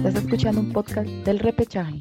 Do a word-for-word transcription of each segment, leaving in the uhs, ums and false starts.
Estás escuchando un podcast del Repechaje.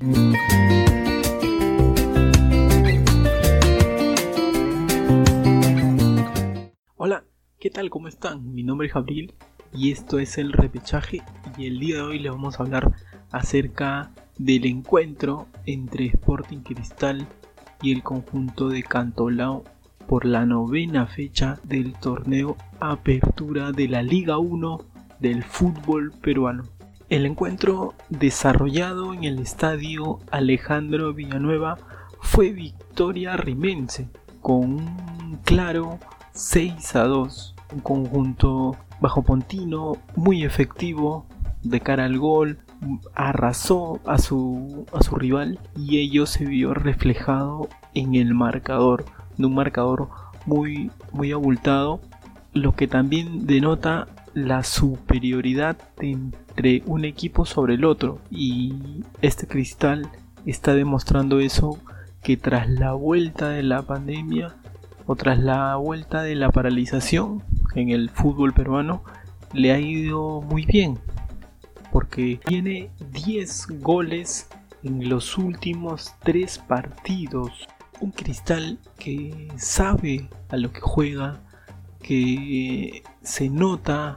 Hola, ¿qué tal? ¿Cómo están? Mi nombre es Gabriel y esto es el Repechaje, y el día de hoy les vamos a hablar acerca del encuentro entre Sporting Cristal y el conjunto de Cantolao por la novena fecha del torneo Apertura de la Liga uno del fútbol peruano. El encuentro, desarrollado en el estadio Alejandro Villanueva, fue victoria rimense con un claro seis a dos, un conjunto bajopontino muy efectivo de cara al gol, arrasó a su, a su rival y ello se vio reflejado en el marcador, de un marcador muy, muy abultado, lo que también denota la superioridad entre un equipo sobre el otro, y este Cristal está demostrando eso, que tras la vuelta de la pandemia o tras la vuelta de la paralización en el fútbol peruano le ha ido muy bien, porque tiene diez goles en los últimos tres partidos. Un Cristal que sabe a lo que juega, que se nota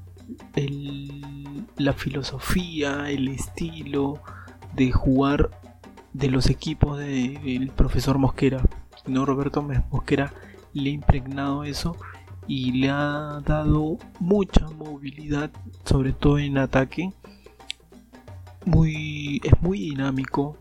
el, la filosofía, el estilo de jugar de los equipos del de profesor Mosquera. No, Roberto Mosquera le ha impregnado eso y le ha dado mucha movilidad, sobre todo en ataque. Muy, es muy dinámico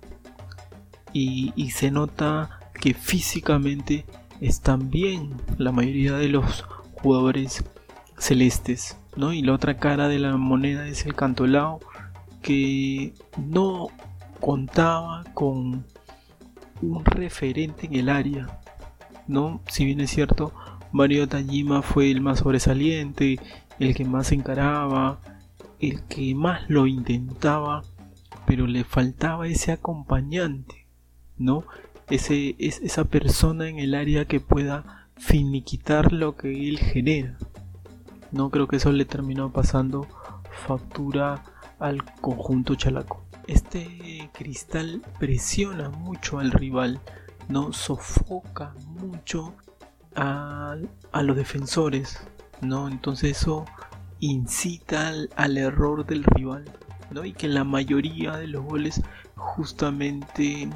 y, y se nota que físicamente están bien la mayoría de los jugadores celestes, ¿no? Y la otra cara de la moneda es el Cantolao, que no contaba con un referente en el área, ¿no? Si bien es cierto, Mario Tajima fue el más sobresaliente, el que más encaraba, el que más lo intentaba, pero le faltaba ese acompañante, ¿no? Ese, es, esa persona en el área que pueda finiquitar lo que él genera. No creo que eso le terminó pasando factura al conjunto chalaco. Este Cristal presiona mucho al rival, no sofoca mucho a, a los defensores, ¿no? Entonces eso incita al, al error del rival, ¿no? Y que la mayoría de los goles justamente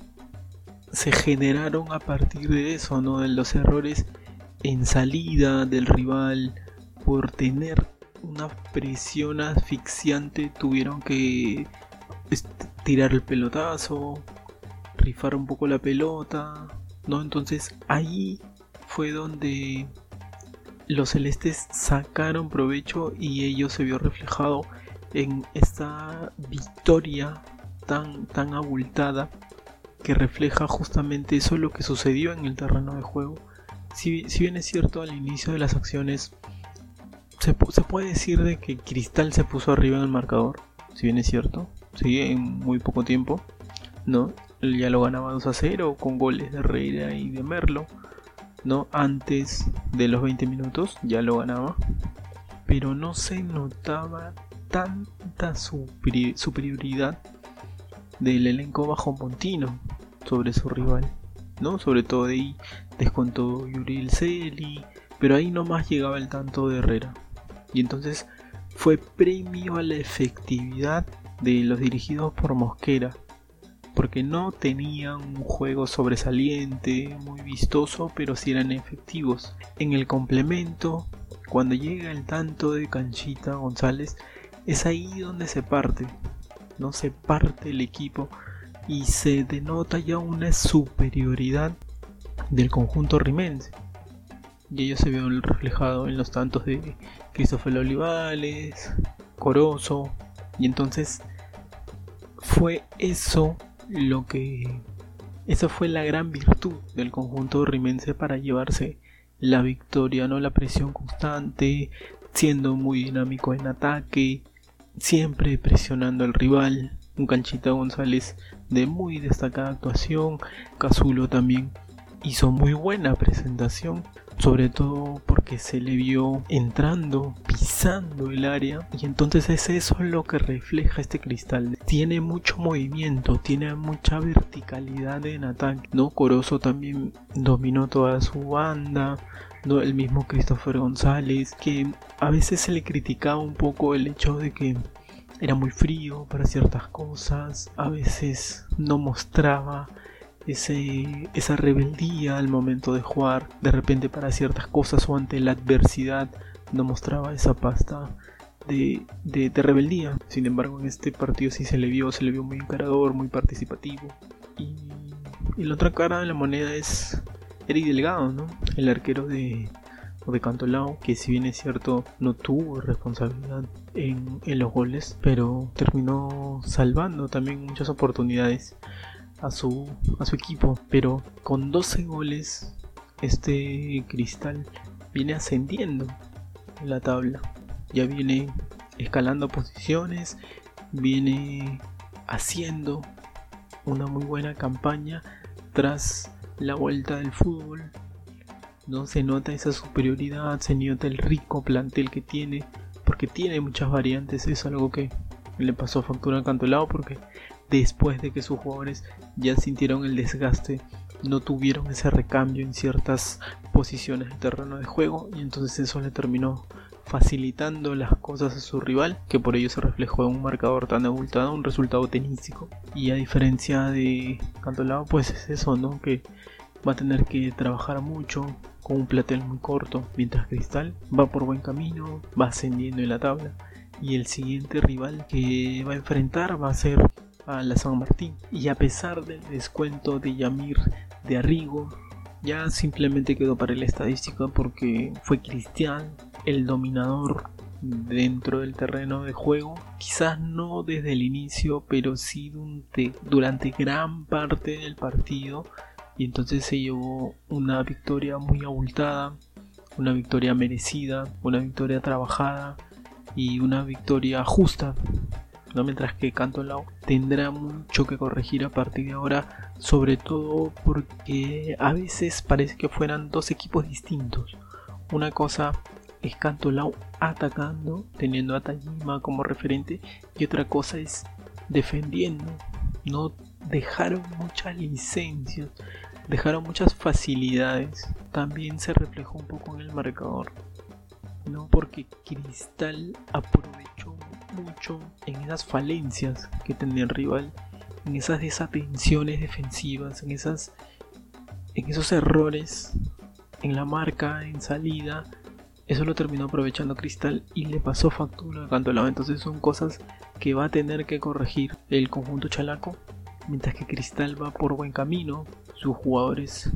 se generaron a partir de eso, ¿no? De los errores en salida del rival. Por tener una presión asfixiante tuvieron que tirar el pelotazo, rifar un poco la pelota, ¿no? Entonces ahí fue donde los celestes sacaron provecho y ello se vio reflejado en esta victoria tan, tan abultada, que refleja justamente eso, lo que sucedió en el terreno de juego. Si, si bien es cierto, al inicio de las acciones se, se puede decir de que Cristal se puso arriba en el marcador, si bien es cierto, sí, en muy poco tiempo, ¿no? Ya lo ganaba dos a cero con goles de Herrera y de Merlo, ¿no? Antes de los veinte minutos ya lo ganaba, pero no se notaba tanta superi- superioridad del elenco bajopontino sobre su rival, ¿no? Sobre todo de ahí descontó Yuriel Celi, pero ahí nomás llegaba el tanto de Herrera, y entonces fue premio a la efectividad de los dirigidos por Mosquera, porque no tenían un juego sobresaliente, muy vistoso, pero sí eran efectivos. En el complemento, cuando llega el tanto de Canchita González, es ahí donde se parte, no se parte el equipo y se denota ya una superioridad del conjunto rimense, y ello se vio reflejado en los tantos de Christopher Olivales, Corozo, y entonces fue eso lo que esa fue la gran virtud del conjunto rimense para llevarse la victoria, ¿no? La presión constante, siendo muy dinámico en ataque, siempre presionando al rival. Un Canchita González de muy destacada actuación. Cazulo también hizo muy buena presentación, sobre todo porque se le vio entrando, pisando el área, y entonces es eso lo que refleja este Cristal. Tiene mucho movimiento, tiene mucha verticalidad en ataque, ¿no? Corozo también dominó toda su banda, ¿no? El mismo Christopher González, que a veces se le criticaba un poco el hecho de que era muy frío para ciertas cosas, a veces no mostraba ese, esa rebeldía al momento de jugar, de repente para ciertas cosas o ante la adversidad no mostraba esa pasta de, de, de rebeldía. Sin embargo, en este partido sí se le vio, se le vio muy encarador, muy participativo. Y, y la otra cara de la moneda es Eric Delgado, ¿no? El arquero de, de Cantolao, que si bien es cierto no tuvo responsabilidad en, en los goles, pero terminó salvando también muchas oportunidades a su, a su equipo. Pero con doce goles este Cristal viene ascendiendo en la tabla, ya viene escalando posiciones, viene haciendo una muy buena campaña tras la vuelta del fútbol. No se nota esa superioridad, se nota el rico plantel que tiene, porque tiene muchas variantes. Es algo que le pasó factura a Cantolao, porque después de que sus jugadores ya sintieron el desgaste, no tuvieron ese recambio en ciertas posiciones del terreno de juego, y entonces eso le terminó facilitando las cosas a su rival, que por ello se reflejó en un marcador tan abultado, un resultado tenístico. Y a diferencia de Cantolao, pues es eso, ¿no? Que va a tener que trabajar mucho con un plantel muy corto, mientras Cristal va por buen camino, va ascendiendo en la tabla, y el siguiente rival que va a enfrentar va a ser a la San Martín. Y a pesar del descuento de Yamir de Arrigo, ya simplemente quedó para la estadística, porque fue Cristian el dominador dentro del terreno de juego, quizás no desde el inicio, pero sí durante, durante gran parte del partido, y entonces se llevó una victoria muy abultada, una victoria merecida, una victoria trabajada y una victoria justa, ¿no? Mientras que Cantolao tendrá mucho que corregir a partir de ahora, sobre todo porque a veces parece que fueran dos equipos distintos. Una cosa es Cantolao atacando, teniendo a Tajima como referente, y otra cosa es defendiendo. No dejaron muchas licencias, dejaron muchas facilidades. También se reflejó un poco en el marcador, ¿no? Porque Cristal aprovechó mucho en esas falencias que tenía el rival, en esas desatenciones defensivas, en esas en esos errores en la marca, en salida. Eso lo terminó aprovechando Cristal y le pasó factura a Cantolao. Entonces son cosas que va a tener que corregir el conjunto chalaco, mientras que Cristal va por buen camino. Sus jugadores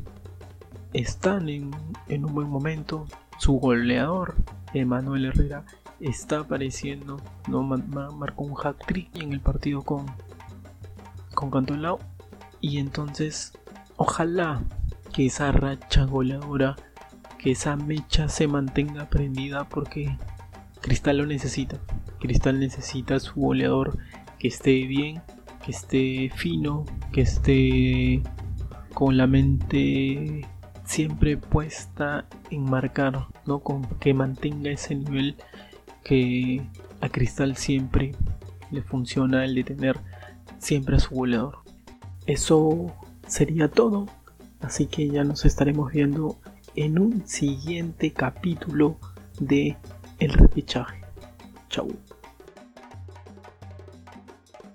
están en, en un buen momento. Su goleador, Emanuel Herrera, está apareciendo, ¿no? Marcó un hat-trick en el partido con, con Cantolao. Y entonces ojalá que esa racha goleadora, que esa mecha se mantenga prendida, porque Cristal lo necesita. Cristal necesita a su goleador que esté bien, que esté fino, que esté con la mente siempre puesta en marcar, ¿no? Con que mantenga ese nivel que a Cristal siempre le funciona, el de tener siempre a su goleador. Eso sería todo, así que ya nos estaremos viendo en un siguiente capítulo de El Repechaje. Chau.